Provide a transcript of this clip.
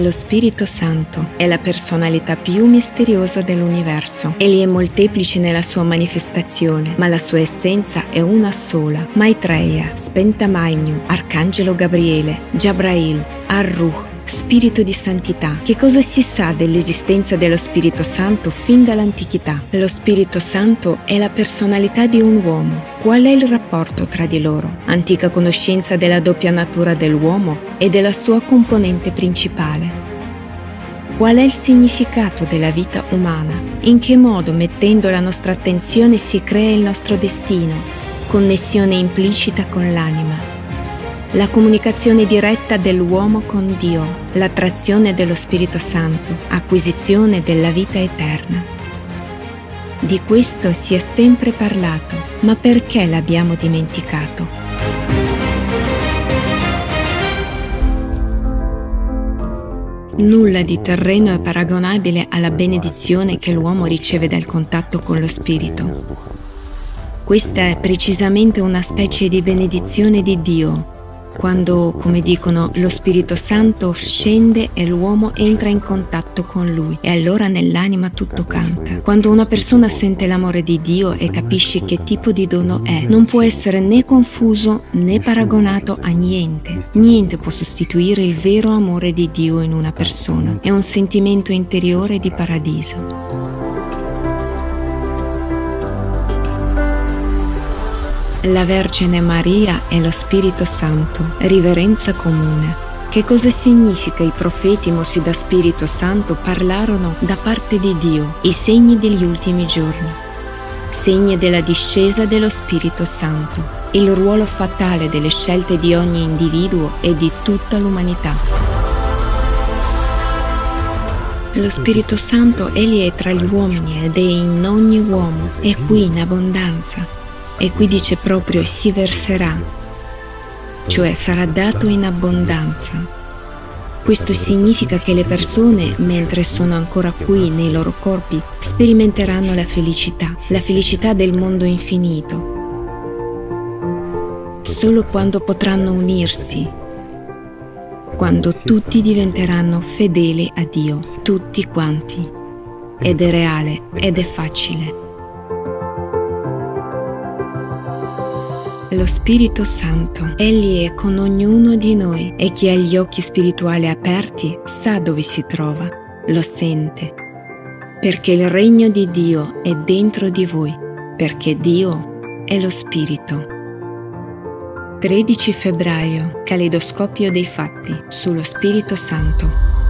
Lo Spirito Santo è la personalità più misteriosa dell'universo. Egli è molteplice nella sua manifestazione, ma la sua essenza è una sola. Maitreya, Spentamaignu, Arcangelo Gabriele, Jabrail, Ar-Ruh, Spirito di santità. Che cosa si sa dell'esistenza dello Spirito Santo fin dall'antichità? Lo Spirito Santo è la personalità di un uomo. Qual è il rapporto tra di loro? Antica conoscenza della doppia natura dell'uomo e della sua componente principale. Qual è il significato della vita umana? In che modo, mettendo la nostra attenzione, si crea il nostro destino? Connessione implicita con l'anima. La comunicazione diretta dell'uomo con Dio, l'attrazione dello Spirito Santo, acquisizione della vita eterna. Di questo si è sempre parlato, ma perché l'abbiamo dimenticato? Nulla di terreno è paragonabile alla benedizione che l'uomo riceve dal contatto con lo Spirito. Questa è precisamente una specie di benedizione di Dio, quando, come dicono, lo Spirito Santo scende e l'uomo entra in contatto con lui e allora nell'anima tutto canta. Quando una persona sente l'amore di Dio e capisce che tipo di dono è, non può essere né confuso né paragonato a niente. Niente può sostituire il vero amore di Dio in una persona. È un sentimento interiore di paradiso. La Vergine Maria e lo Spirito Santo, riverenza comune. Che cosa significa i profeti mossi da Spirito Santo parlarono da parte di Dio, i segni degli ultimi giorni, segni della discesa dello Spirito Santo, il ruolo fatale delle scelte di ogni individuo e di tutta l'umanità. Lo Spirito Santo egli è tra gli uomini ed è in ogni uomo, è qui in abbondanza. E qui dice proprio si verserà, cioè sarà dato in abbondanza. Questo significa che le persone, mentre sono ancora qui nei loro corpi, sperimenteranno la felicità del mondo infinito. Solo quando potranno unirsi, quando tutti diventeranno fedeli a Dio, tutti quanti. Ed è reale, ed è facile. Lo Spirito Santo, egli è con ognuno di noi e chi ha gli occhi spirituali aperti sa dove si trova, lo sente, perché il regno di Dio è dentro di voi, perché Dio è lo Spirito. 13 febbraio, caleidoscopio dei fatti sullo Spirito Santo.